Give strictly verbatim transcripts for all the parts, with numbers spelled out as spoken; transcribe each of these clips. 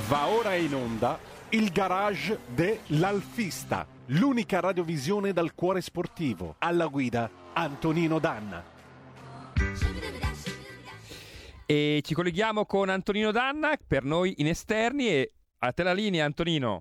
Va ora in onda il garage dell'Alfista, l'unica radiovisione dal cuore sportivo. Alla guida Antonino Danna. E ci colleghiamo con Antonino Danna, per noi in esterni, e a te la linea, Antonino.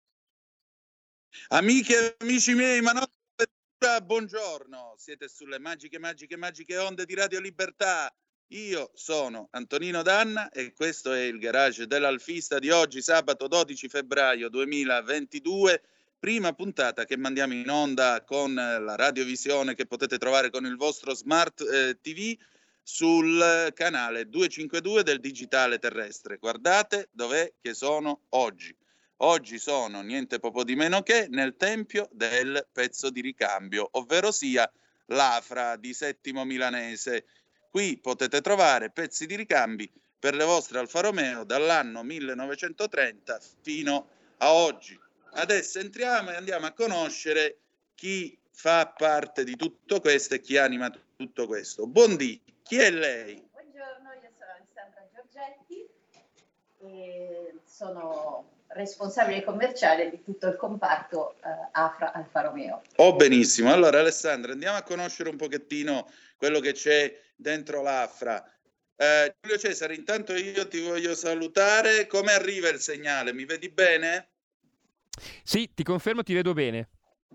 Amiche e amici miei, ma no, buongiorno, siete sulle magiche, magiche, magiche onde di Radio Libertà. Io sono Antonino Danna e questo è il garage dell'Alfista di oggi, sabato dodici febbraio duemilaventidue, prima puntata che mandiamo in onda con la radiovisione che potete trovare con il vostro smart eh, tivù sul canale duecentocinquantadue del digitale terrestre. Guardate dov'è che sono oggi. Oggi sono niente poco di meno che nel tempio del pezzo di ricambio, ovvero sia l'Afra di Settimo Milanese. Qui potete trovare pezzi di ricambi per le vostre Alfa Romeo dall'anno millenovecentotrenta fino a oggi. Adesso entriamo e andiamo a conoscere chi fa parte di tutto questo e chi anima tutto questo. Buondì, chi è lei? Buongiorno, io sono Alessandra Giorgetti e sono responsabile commerciale di tutto il comparto eh, Afra Alfa Romeo. Oh, benissimo. Allora Alessandra, andiamo a conoscere un pochettino quello che c'è dentro l'Afra. Eh, Giulio Cesare, intanto io ti voglio salutare. Come arriva il segnale? Mi vedi bene? Sì, ti confermo, ti vedo bene.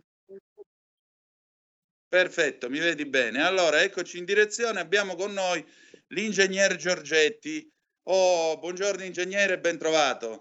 Perfetto, mi vedi bene. Allora, eccoci in direzione. Abbiamo con noi l'ingegner Giorgetti. Oh, buongiorno ingegnere, ben trovato.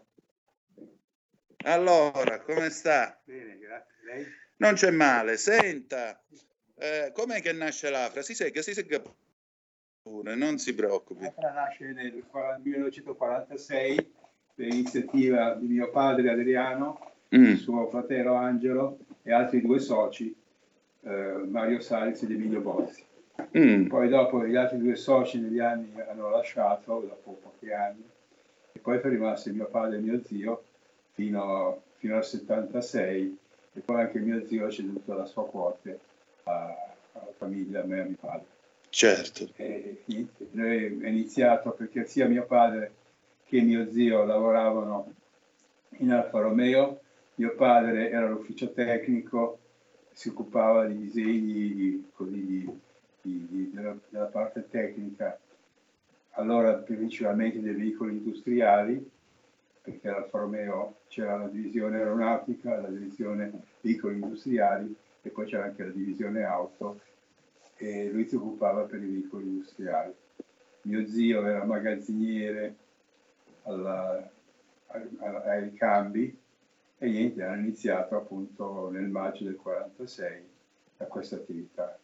Allora, come sta? Bene, grazie. Lei? Non c'è male. Senta, eh, com'è che nasce l'Afra? Si segga, si segga pure, non si preoccupi. L'Afra nasce nel millenovecentoquarantasei per iniziativa di mio padre Adriano, Mm. suo fratello Angelo e altri due soci, eh, Mario Salis ed Emilio Bozzi. Mm. Poi dopo gli altri due soci negli anni hanno lasciato, dopo pochi anni, e poi è rimasto mio padre e mio zio fino, fino al settantasei, e poi anche mio zio ha ceduto la sua quota a- alla famiglia, a me e a mio padre. Certo. E niente, noi è iniziato perché sia mio padre che mio zio lavoravano in Alfa Romeo. Mio padre era l'ufficio tecnico, si occupava di disegni di- così, di, di- di- della, della parte tecnica, allora principalmente dei veicoli industriali, perché all'Alfa Romeo c'era la divisione aeronautica, la divisione veicoli industriali e poi c'era anche la divisione auto, e lui si occupava per i veicoli industriali. Mio zio era magazziniere alla, ai, ai ricambi e niente, hanno iniziato appunto nel maggio del quarantasei a questa attività.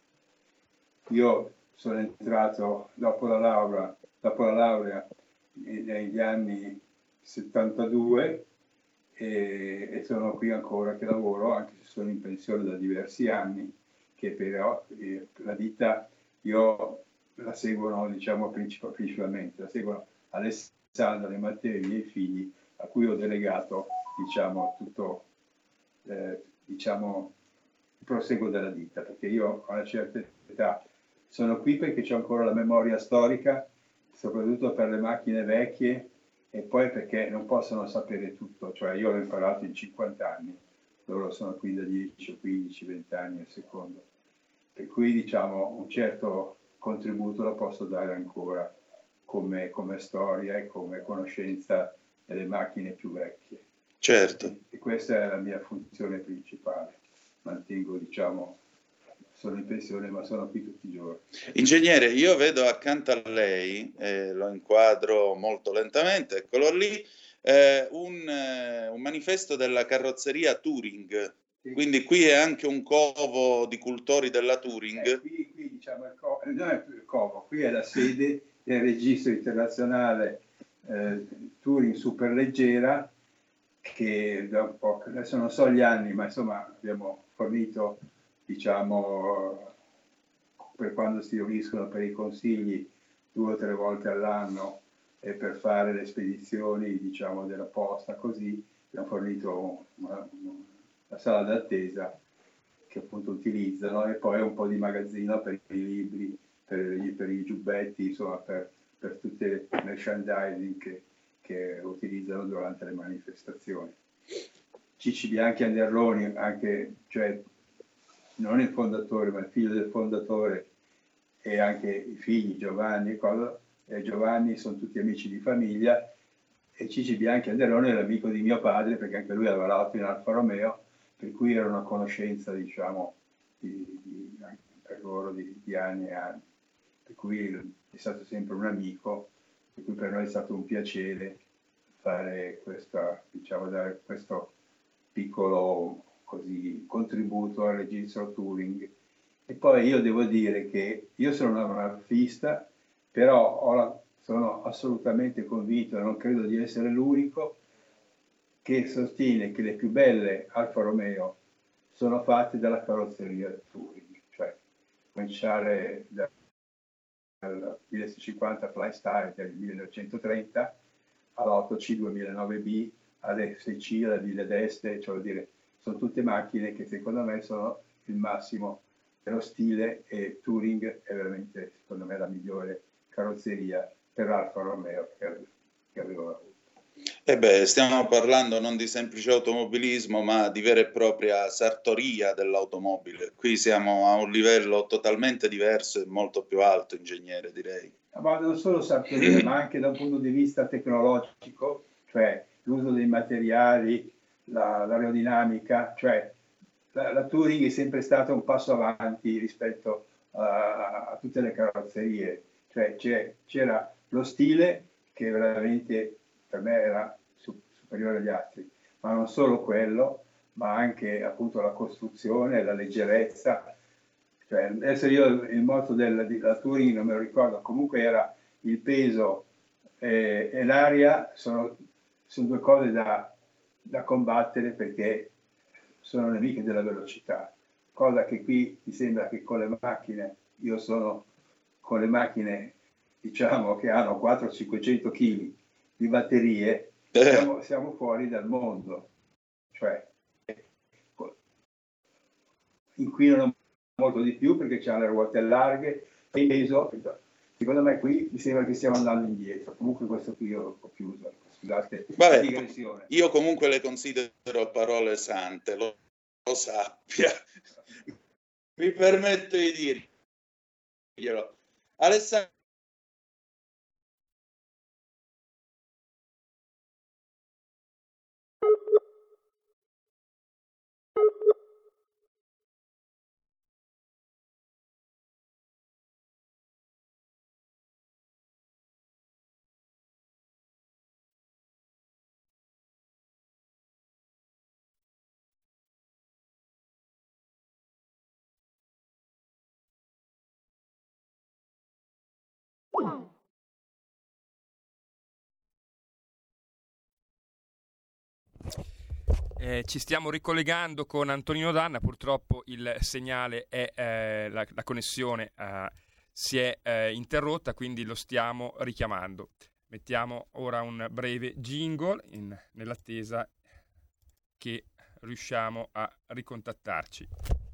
Io sono entrato dopo la laurea, dopo la laurea negli anni settantadue e, e sono qui ancora che lavoro, anche se sono in pensione da diversi anni, che però eh, la ditta io la seguono, diciamo, princip- principalmente, la seguono Alessandra, le Mattei, i miei figli, a cui ho delegato, diciamo, tutto, eh, diciamo, il proseguo della ditta, perché io a una certa età sono qui perché c'è ancora la memoria storica, soprattutto per le macchine vecchie, e poi perché non possono sapere tutto, cioè io l'ho imparato in cinquanta anni, loro sono qui da dieci, quindici, venti anni a secondo, per cui diciamo un certo contributo lo posso dare ancora come, come storia e come conoscenza delle macchine più vecchie. Certo. E, e questa è la mia funzione principale, mantengo, diciamo, sono in pensione ma sono qui tutti i giorni. Ingegnere, io vedo accanto a lei, eh, lo inquadro molto lentamente, eccolo lì, eh, un, eh, un manifesto della carrozzeria Touring. Sì. Quindi qui è anche un covo di cultori della Touring. Eh, qui, qui diciamo il covo, non è più il covo, qui è la sede del registro internazionale eh, Touring Superleggera, che da un po', adesso non so gli anni, ma insomma abbiamo fornito, diciamo, per quando si riuniscono per i consigli due o tre volte all'anno e per fare le spedizioni, diciamo, della posta, così abbiamo fornito una, una sala d'attesa che appunto utilizzano, e poi un po' di magazzino per i libri, per, i, per i giubbetti, insomma per, per tutte le merchandising che, che utilizzano durante le manifestazioni. Cicci Bianchi Anderloni, anche, cioè non il fondatore, ma il figlio del fondatore, e anche i figli Giovanni e cosa, e Giovanni sono tutti amici di famiglia, e Cicci Bianchi Anderloni è l'amico di mio padre, perché anche lui ha lavorato in Alfa Romeo, per cui era una conoscenza, diciamo, di, di, per loro di, di anni e anni, per cui è stato sempre un amico, per cui per noi è stato un piacere fare questa, diciamo, dare questo piccolo così contributo al registro Turing. E poi io devo dire che io sono un alfista, però ho la, sono assolutamente convinto, e non credo di essere l'unico, che sostiene che le più belle Alfa Romeo sono fatte dalla carrozzeria Turing, cioè cominciare dal millenovecentocinquanta Flystyle del millenovecentotrenta all'otto C duemilanove B, alle sei C, alla Ville d'Este, cioè vuol dire, sono tutte macchine che secondo me sono il massimo dello stile, e Turing è veramente, secondo me, la migliore carrozzeria per Alfa Romeo che, che avevo avuto. E beh, stiamo parlando non di semplice automobilismo, ma di vera e propria sartoria dell'automobile. Qui siamo a un livello totalmente diverso e molto più alto, ingegnere, direi. Ma non solo sartoria, ma anche da un punto di vista tecnologico, cioè l'uso dei materiali, la, l'aerodinamica, cioè la, la Touring è sempre stata un passo avanti rispetto a, a tutte le carrozzerie, cioè c'è, c'era lo stile che veramente per me era su, superiore agli altri, ma non solo quello, ma anche appunto la costruzione, la leggerezza. Cioè, adesso io il motto della, della Touring non me lo ricordo, comunque era il peso e, e l'aria sono, sono due cose da, da combattere, perché sono nemiche della velocità, cosa che qui mi sembra che con le macchine, io sono con le macchine diciamo che hanno quattrocento cinquecento chili di batterie, siamo, siamo fuori dal mondo, cioè inquinano molto di più perché c'hanno le ruote larghe e il peso. Secondo me qui mi sembra che stiamo andando indietro. Comunque questo qui io ho chiuso, scusate. Vabbè, io comunque le considero parole sante, lo, lo sappia. Mi permetto di dirglielo. Alessandro. Eh, ci stiamo ricollegando con Antonino Danna, purtroppo il segnale è eh, la, la connessione eh, si è eh, interrotta, quindi lo stiamo richiamando. Mettiamo ora un breve jingle in, nell'attesa che riusciamo a ricontattarci.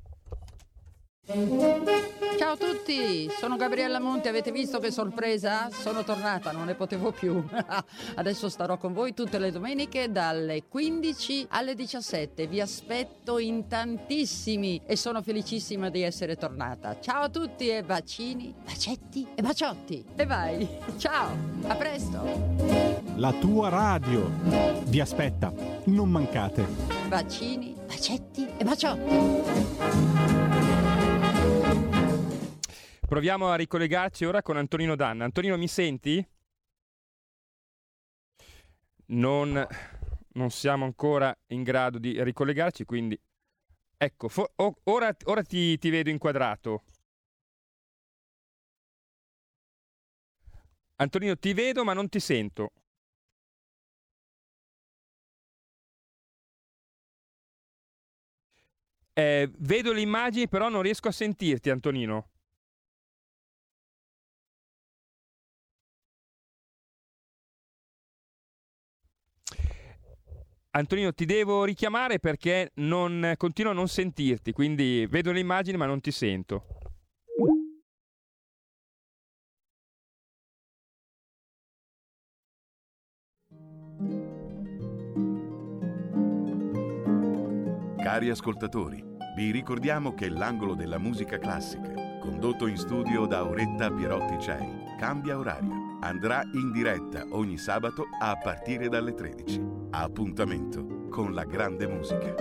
Ciao a tutti, sono Gabriella Monti, avete visto che sorpresa? Sono tornata, non ne potevo più. Adesso starò con voi tutte le domeniche dalle quindici alle diciassette, vi aspetto in tantissimi e sono felicissima di essere tornata. Ciao a tutti e bacini, bacetti e baciotti. E vai, ciao, a presto. La tua radio vi aspetta, non mancate. Bacini, bacetti e baciotti. Proviamo a ricollegarci ora con Antonino Danna. Antonino, mi senti? Non, non siamo ancora in grado di ricollegarci, quindi ecco, for, ora, ora ti, ti vedo inquadrato. Antonino, ti vedo ma non ti sento. Eh, vedo le immagini, però non riesco a sentirti, Antonino. Antonino, ti devo richiamare perché non, continuo a non sentirti, quindi vedo le immagini ma non ti sento. Cari ascoltatori, vi ricordiamo che l'angolo della musica classica, condotto in studio da Auretta Pierotti Cei, cambia orario. Andrà in diretta ogni sabato a partire dalle tredici. Appuntamento con la grande musica.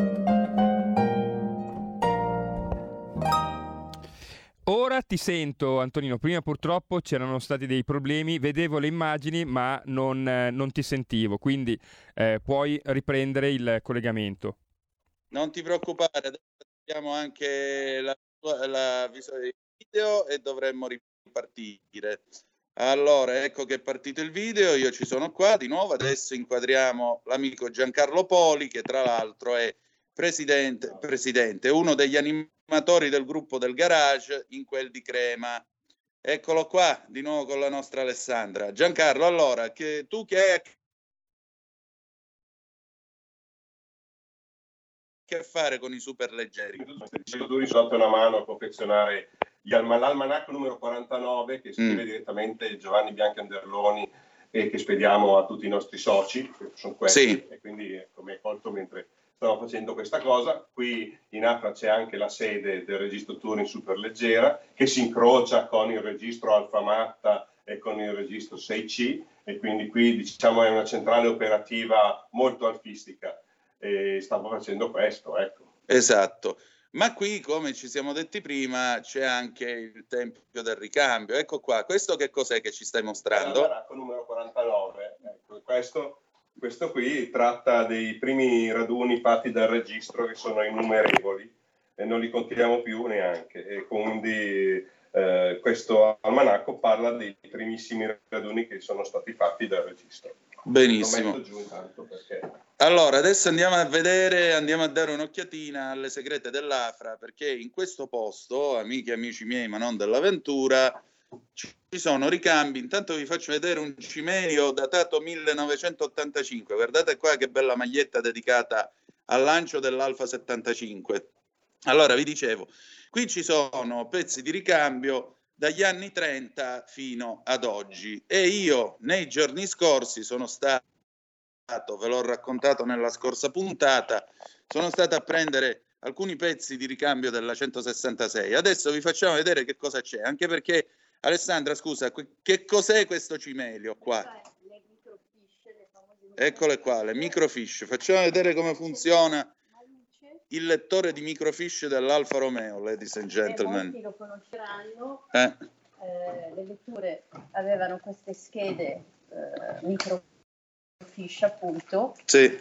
Ora ti sento, Antonino. Prima purtroppo c'erano stati dei problemi, vedevo le immagini ma non, eh, non ti sentivo, quindi eh, puoi riprendere il collegamento. Non ti preoccupare, adesso abbiamo anche la, la visione del video e dovremmo ripartire. Allora, ecco che è partito il video, io ci sono qua di nuovo, adesso inquadriamo l'amico Giancarlo Poli, che tra l'altro è presidente, presidente, uno degli animatori del gruppo del Garage in quel di Crema. Eccolo qua, di nuovo con la nostra Alessandra. Giancarlo, allora, che, tu che hai a che fare con i superleggeri? Sono due risolto una mano a confezionare gli alma- l'almanacco numero quarantanove che scrive mm. direttamente Giovanni Biancanderloni e che spediamo a tutti i nostri soci, che sono questi, sì. E quindi ecco, mi hai colto mentre stavo facendo questa cosa. Qui in Afra c'è anche la sede del registro Touring Superleggera che si incrocia con il registro Alfamatta e con il registro sei C, e quindi qui diciamo è una centrale operativa molto alfistica. E stavo facendo questo, ecco. Esatto, ma qui, come ci siamo detti prima, c'è anche il tempio del ricambio. Ecco qua, questo che cos'è che ci stai mostrando? L'almanacco numero quarantanove, ecco, questo, questo qui tratta dei primi raduni fatti dal registro, che sono innumerevoli e non li contiamo più neanche, e quindi eh, questo almanacco parla dei primissimi raduni che sono stati fatti dal registro. Benissimo. Lo metto giù intanto perché... Allora, adesso andiamo a vedere, andiamo a dare un'occhiatina alle segrete dell'Afra, perché in questo posto, amiche e amici miei, ma non dell'avventura, ci sono ricambi. Intanto vi faccio vedere un cimelio datato millenovecentottantacinque. Guardate qua che bella maglietta dedicata al lancio dell'Alfa settantacinque. Allora, vi dicevo, qui ci sono pezzi di ricambio dagli anni trenta fino ad oggi, e io nei giorni scorsi sono stato, ve l'ho raccontato nella scorsa puntata, sono stato a prendere alcuni pezzi di ricambio della centosessantasei. Adesso vi facciamo vedere che cosa c'è, anche perché, Alessandra, scusa, che cos'è questo cimelio qua? Eccole qua, le microfiche. Facciamo vedere come funziona il lettore di microfiche dell'Alfa Romeo, ladies and gentlemen. Molti lo conosceranno. Eh. Eh, le letture avevano queste schede eh, microfiche, appunto, sì,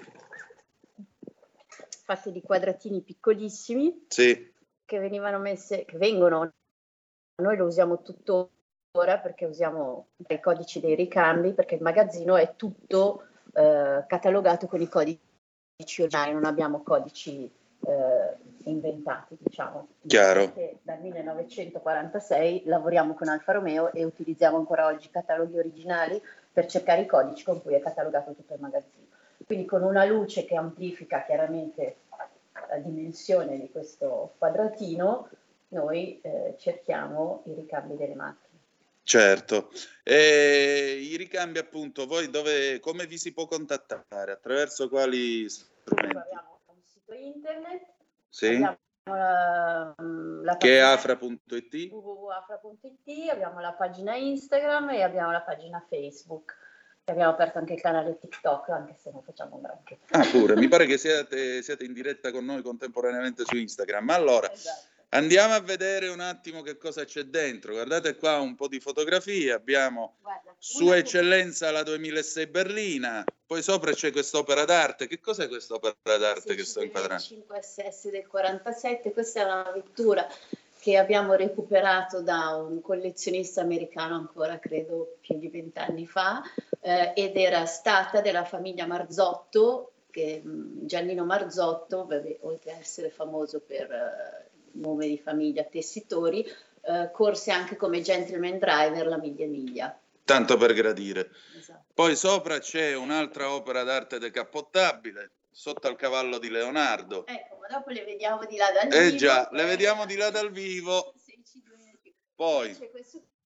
fatte di quadratini piccolissimi, sì, che venivano messe, che vengono, noi lo usiamo tuttora perché usiamo i codici dei ricambi, perché il magazzino è tutto eh, catalogato con i codici originali, non abbiamo codici eh, inventati, diciamo. Chiaro. Perché dal millenovecentoquarantasei lavoriamo con Alfa Romeo e utilizziamo ancora oggi cataloghi originali per cercare i codici con cui è catalogato tutto il magazzino. Quindi con una luce che amplifica chiaramente la dimensione di questo quadratino, noi eh, cerchiamo i ricambi delle macchine. Certo. E i ricambi, appunto, voi dove, come vi si può contattare? Attraverso quali strumenti? Abbiamo un sito internet, sì, abbiamo la, la che è afra punto it, w w w punto afra punto it, abbiamo la pagina Instagram e abbiamo la pagina Facebook. Abbiamo aperto anche il canale TikTok, anche se non facciamo un granché. Ah, pure, mi pare che siate, siate in diretta con noi contemporaneamente su Instagram. Ma allora, esatto, andiamo a vedere un attimo che cosa c'è dentro. Guardate qua un po' di fotografie. Abbiamo Guarda, Sua Eccellenza la duemilasei berlina, poi sopra c'è quest'opera d'arte. Che cos'è quest'opera d'arte che sto inquadrando? cinque S S del quarantasette, questa è una vettura che abbiamo recuperato da un collezionista americano ancora, credo, più di vent'anni fa, eh, ed era stata della famiglia Marzotto, che Giannino Marzotto, beh, oltre a essere famoso per eh, nome di famiglia tessitori, eh, corse anche come gentleman driver la miglia miglia. Tanto per gradire. Esatto. Poi sopra c'è un'altra opera d'arte decappottabile, Sotto al cavallo di Leonardo. Ecco, ma dopo le vediamo di là dal vivo. Eh già, le vediamo di là dal vivo. Poi c'è questo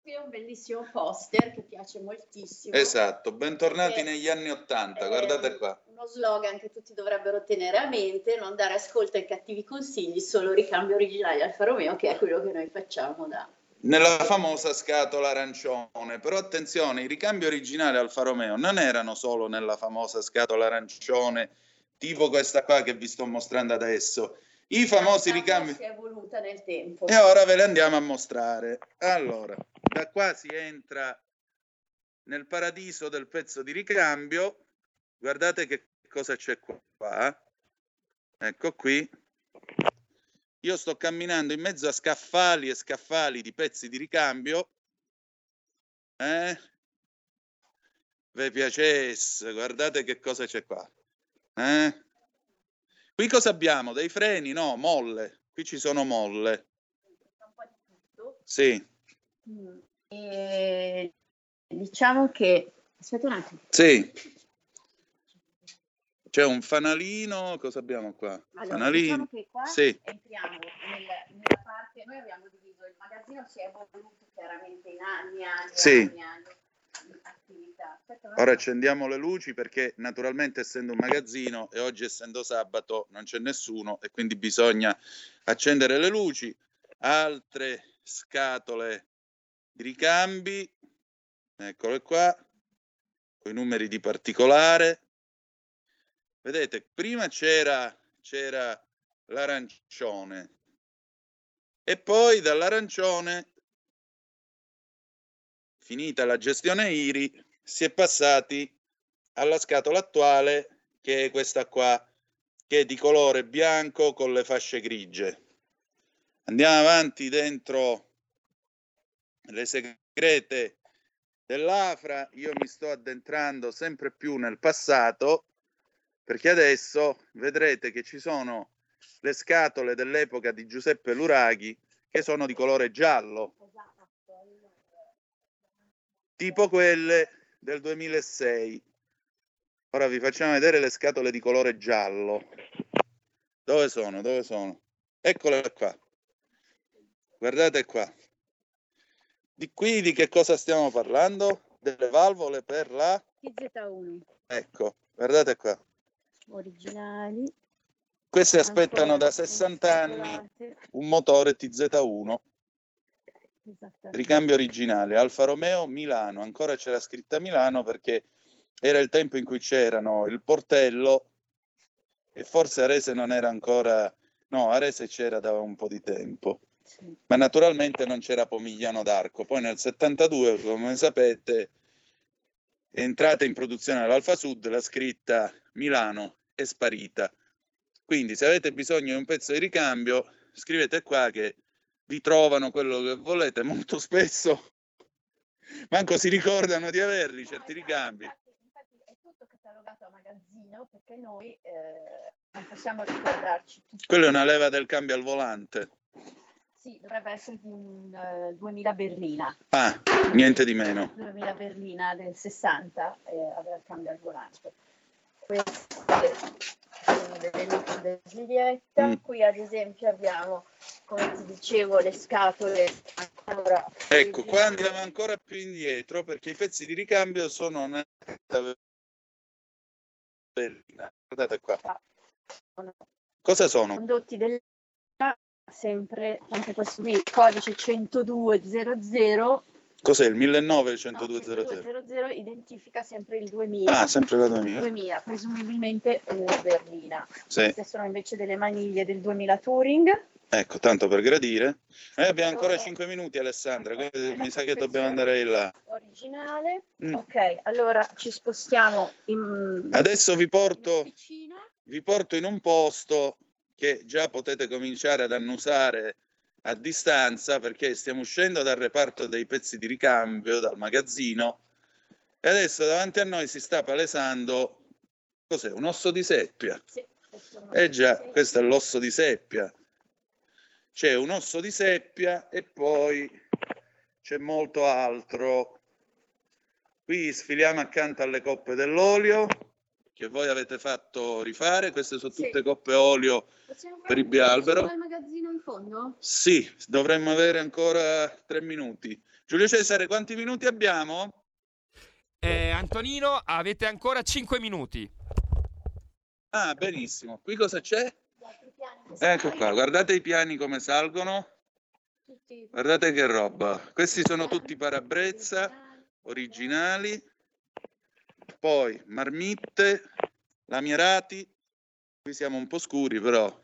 Qui è un bellissimo poster che piace moltissimo. Esatto, bentornati perché negli anni Ottanta, guardate qua. Uno slogan che tutti dovrebbero tenere a mente: non dare ascolto ai cattivi consigli, solo ricambio originali Alfa Romeo, che è quello che noi facciamo da... Nella famosa scatola arancione. Però attenzione, i ricambi originali Alfa Romeo non erano solo nella famosa scatola arancione, tipo questa qua che vi sto mostrando adesso. I famosi la ricambi... si è evoluta nel tempo. E ora ve le andiamo a mostrare. Allora, da qua si entra nel paradiso del pezzo di ricambio. Guardate che cosa c'è qua. Ecco qui. Io sto camminando in mezzo a scaffali e scaffali di pezzi di ricambio. Eh? Vi piacesse, guardate che cosa c'è qua. Eh? Qui cosa abbiamo? Dei freni? No, molle. Qui ci sono molle. Un po' di tutto. Sì. Mm. E diciamo che... Aspetta un attimo. Sì. C'è un fanalino, cosa abbiamo qua? Allora, fanalino. Diciamo che qua sì. entriamo nel, nella parte, noi abbiamo diviso, il magazzino si è evoluto chiaramente in anni, anni, sì. anni, anni di attività. Aspetta, ora accendiamo le luci perché naturalmente essendo un magazzino e oggi essendo sabato non c'è nessuno e quindi bisogna accendere le luci. Altre scatole di ricambi, eccole qua, con i numeri di particolare. Vedete, prima c'era, c'era l'arancione e poi dall'arancione, finita la gestione I R I, si è passati alla scatola attuale, che è questa qua, che è di colore bianco con le fasce grigie. Andiamo avanti dentro le segrete dell'A F R A. Io mi sto addentrando sempre più nel passato, perché adesso vedrete che ci sono le scatole dell'epoca di Giuseppe Luraghi che sono di colore giallo, tipo quelle del duemilasei. Ora vi facciamo vedere le scatole di colore giallo. Dove sono? Dove sono? Eccole qua. Guardate qua. Di qui di che cosa stiamo parlando? Delle valvole per la T Z uno. Ecco, guardate qua. Originali. Questi aspettano da sessanta anni un motore T Z uno. Ricambio originale, Alfa Romeo Milano. Ancora c'era scritta Milano perché era il tempo in cui c'erano il portello e forse Arese non era ancora... No, Arese c'era da un po' di tempo. Sì. Ma naturalmente non c'era Pomigliano d'Arco. Poi nel settantadue, come sapete, è entrata in produzione l'Alfa Sud, la scritta Milano è sparita. Quindi se avete bisogno di un pezzo di ricambio, scrivete qua che vi trovano quello che volete. Molto spesso manco si ricordano di averli certi ricambi. Infatti è tutto catalogato a magazzino perché noi eh, non possiamo ricordarci tutto. Quello è una leva del cambio al volante. Sì, dovrebbe essere di un uh, duemila berlina. Ah, niente di meno. duemila berlina del sessanta eh, aveva il cambio al volante. Queste sono delle luci del Giulietta. Mm. Qui ad esempio abbiamo, come ti dicevo, le scatole ancora. Ecco, qua andiamo ancora più indietro perché i pezzi di ricambio sono una berlina. Guardate qua. Cosa sono? Condotti del sempre anche questo qui, codice centodue zero zero. Cos'è il millenovecento No, zero zero? Identifica sempre il duemila. Ah, sempre la duemila. duemila, presumibilmente eh, berlina. Sì. Queste sono invece delle maniglie del duemila Touring. Ecco, tanto per gradire. Noi abbiamo ancora cinque minuti, Alessandra, quindi mi sa che dobbiamo andare là. Originale. Mm. Ok, allora ci spostiamo in... Adesso vi porto, vi porto in un posto che già potete cominciare ad annusare a distanza perché stiamo uscendo dal reparto dei pezzi di ricambio, dal magazzino, e adesso davanti a noi si sta palesando, cos'è, un osso di seppia? Sì, eh già, questo è l'osso di seppia. C'è un osso di seppia e poi c'è molto altro. Qui sfiliamo accanto alle coppe dell'olio che voi avete fatto rifare. Queste sono tutte sì. coppe olio per il bialbero. Il magazzino in fondo? Sì, dovremmo avere ancora tre minuti. Giulio Cesare, quanti minuti abbiamo? Eh, Antonino, avete ancora cinque minuti. Ah, benissimo. Qui cosa c'è? Ecco qua, guardate i piani come salgono. Guardate che roba. Questi sono tutti parabrezza originali. Poi marmitte, lamierati. Qui siamo un po' scuri, però.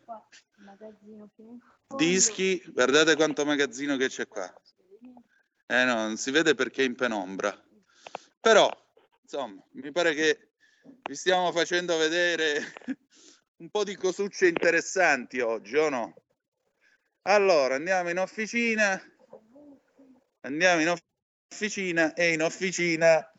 Dischi, guardate quanto magazzino che c'è qua. Eh no, non si vede perché è in penombra. Però, insomma, mi pare che vi stiamo facendo vedere un po' di cosucce interessanti oggi, o no? Allora, andiamo in officina. Andiamo in officina e in officina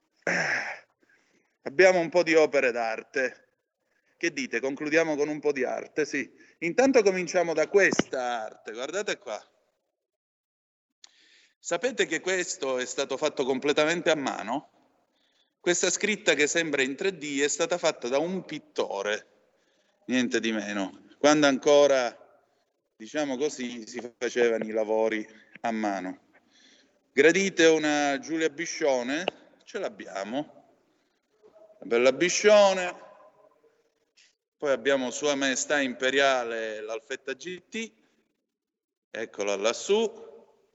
abbiamo un po' di opere d'arte. Che dite? Concludiamo con un po' di arte? Sì. Intanto cominciamo da questa arte. Guardate qua. Sapete che questo è stato fatto completamente a mano? Questa scritta che sembra in tre D è stata fatta da un pittore, niente di meno. Quando ancora, diciamo così, si facevano i lavori a mano. Gradite una Giulia Biscione? Ce l'abbiamo. Una bella Biscione. Poi abbiamo Sua Maestà Imperiale l'Alfetta G T. Eccola lassù.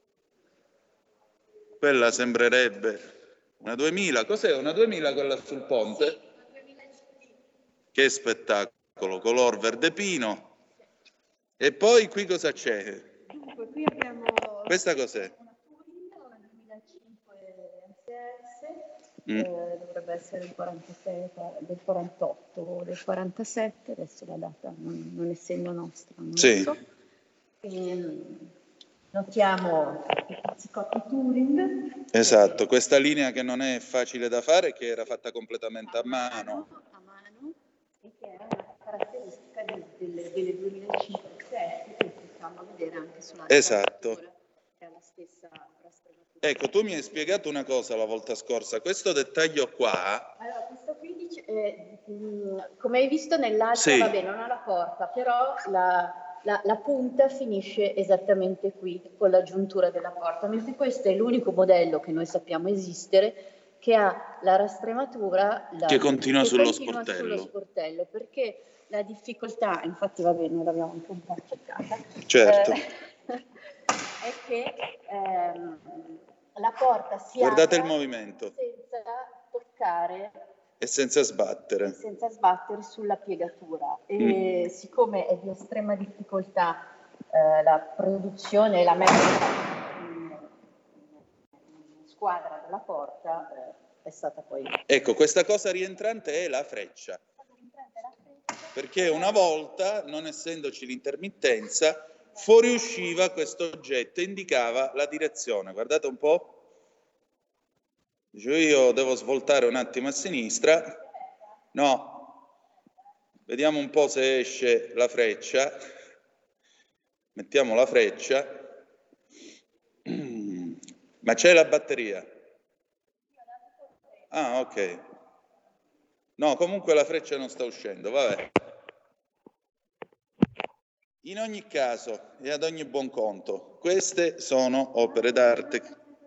Quella sembrerebbe una duemila. Cos'è una duemila quella sul ponte? Che spettacolo, color verde pino. E poi qui cosa c'è? Dunque, qui abbiamo... Questa cos'è? Una Touring, una duemilacinque M S S, Mm. eh, dovrebbe essere del quarantasei, del quarantotto o del quarantasette, adesso la data non, non essendo nostra, non Sì. lo so. E, notiamo i pizzicotti Touring. Esatto, questa linea che non è facile da fare, che era fatta completamente a mano. A mano, e che era una caratteristica di, delle, delle duemilacinque M S S che possiamo vedere anche sulla Esatto. che è la stessa rastrematura. Ecco, tu mi hai spiegato una cosa la volta scorsa, questo dettaglio qua... Allora, questo qui dice, eh, mh, come hai visto nell'altro, Sì. vabbè, non ha la porta, però la, la, la punta finisce esattamente qui, con la giuntura della porta, mentre questo è l'unico modello che noi sappiamo esistere che ha la rastrematura la, Che continua che sullo continua sportello. sullo sportello, perché la difficoltà, infatti va bene, l'abbiamo anche un po' cercata, Certo. eh, è che ehm, la porta si Guardate apra il movimento. senza toccare E senza sbattere. senza sbattere sulla piegatura. E Mm. siccome è di estrema difficoltà eh, la produzione e la messa in, in squadra della porta, eh, è stata poi... Ecco, questa cosa rientrante è la freccia. Perché una volta, non essendoci l'intermittenza, fuoriusciva questo oggetto e indicava la direzione. Guardate un po'. Dicevo, io devo svoltare un attimo a sinistra. No. Vediamo un po' se esce la freccia. Mettiamo la freccia. Ma c'è la batteria? Ah, ok. No, comunque la freccia non sta uscendo, vabbè. In ogni caso, e ad ogni buon conto, queste sono opere d'arte.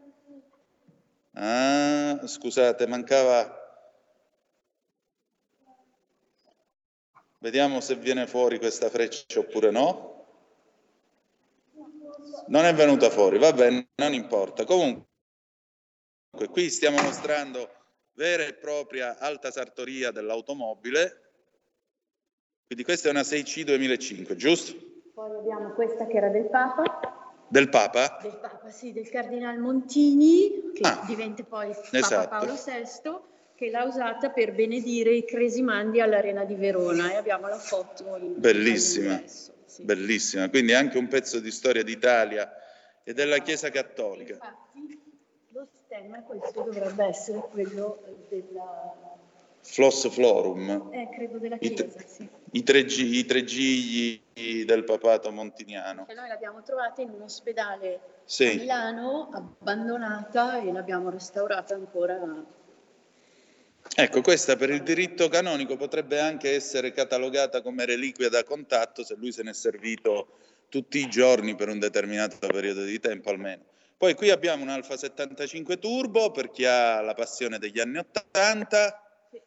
Ah, scusate, mancava... Vediamo se viene fuori questa freccia oppure no. Non è venuta fuori, va bene, non importa. Comunque, qui stiamo mostrando vera e propria alta sartoria dell'automobile. Quindi questa è una sei C duemilacinque, giusto? Poi abbiamo questa che era del Papa. Del Papa? Del Papa, sì, del Cardinal Montini, che Ah, diventa poi esatto. Papa Paolo sesto, che l'ha usata per benedire i cresimandi all'Arena di Verona, e abbiamo la foto in Bellissima, all'ingresso, sì. bellissima. Quindi anche un pezzo di storia d'Italia e della Chiesa Cattolica. Infatti lo stemma, questo dovrebbe essere quello della... Floss Florum. Eh, credo della I, Chiesa, sì. i, tre, G, I tre gigli del papato montiniano. E noi l'abbiamo trovata in un ospedale Sì. a Milano, abbandonata, e l'abbiamo restaurata ancora. Ecco, questa per il diritto canonico potrebbe anche essere catalogata come reliquia da contatto se lui se n'è servito tutti i giorni per un determinato periodo di tempo almeno. Poi qui abbiamo un Alfa settantacinque Turbo per chi ha la passione degli anni ottanta.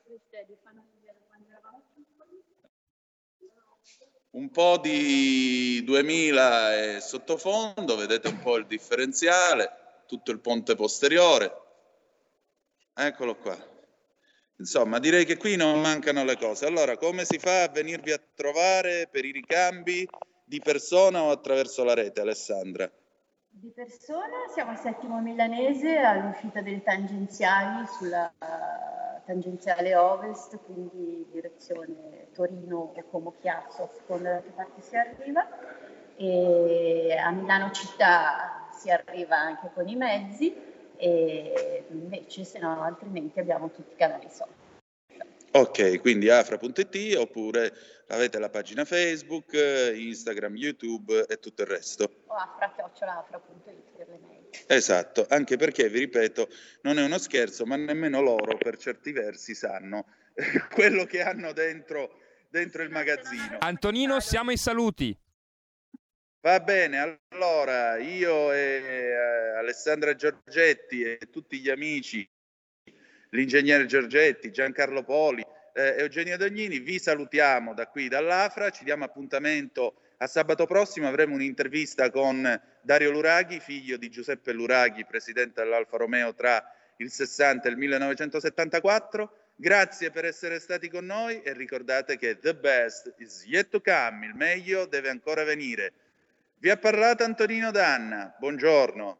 Un po' di duemila e sottofondo, vedete un po' il differenziale, tutto il ponte posteriore. Eccolo qua. Insomma, direi che qui non mancano le cose. Allora, come si fa a venirvi a trovare per i ricambi di persona o attraverso la rete, Alessandra? Di persona siamo a Settimo Milanese, all'uscita delle tangenziali, sulla tangenziale ovest, quindi direzione Torino o Como Chiasso, a seconda da che parte si arriva. E a Milano città si arriva anche con i mezzi, e invece se no altrimenti abbiamo tutti i canali social. Ok, quindi afra punto it oppure avete la pagina Facebook, Instagram, YouTube e tutto il resto. O afra chiocciola afra punto it per le mail. Esatto, anche perché, vi ripeto, non è uno scherzo, ma nemmeno loro per certi versi sanno quello che hanno dentro, dentro il magazzino. Antonino, siamo ai saluti. Va bene, allora io e eh, Alessandra Giorgetti e tutti gli amici, l'ingegnere Giorgetti, Giancarlo Poli, eh, Eugenio Dognini, vi salutiamo da qui dall'Afra, ci diamo appuntamento a sabato prossimo, avremo un'intervista con Dario Luraghi, figlio di Giuseppe Luraghi, presidente dell'Alfa Romeo tra il sessanta e il millenovecentosettantaquattro. Grazie per essere stati con noi e ricordate che the best is yet to come, il meglio deve ancora venire. Vi ha parlato Antonino Danna, buongiorno.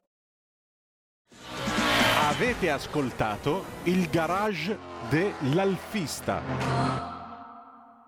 Avete ascoltato il garage dell'Alfista.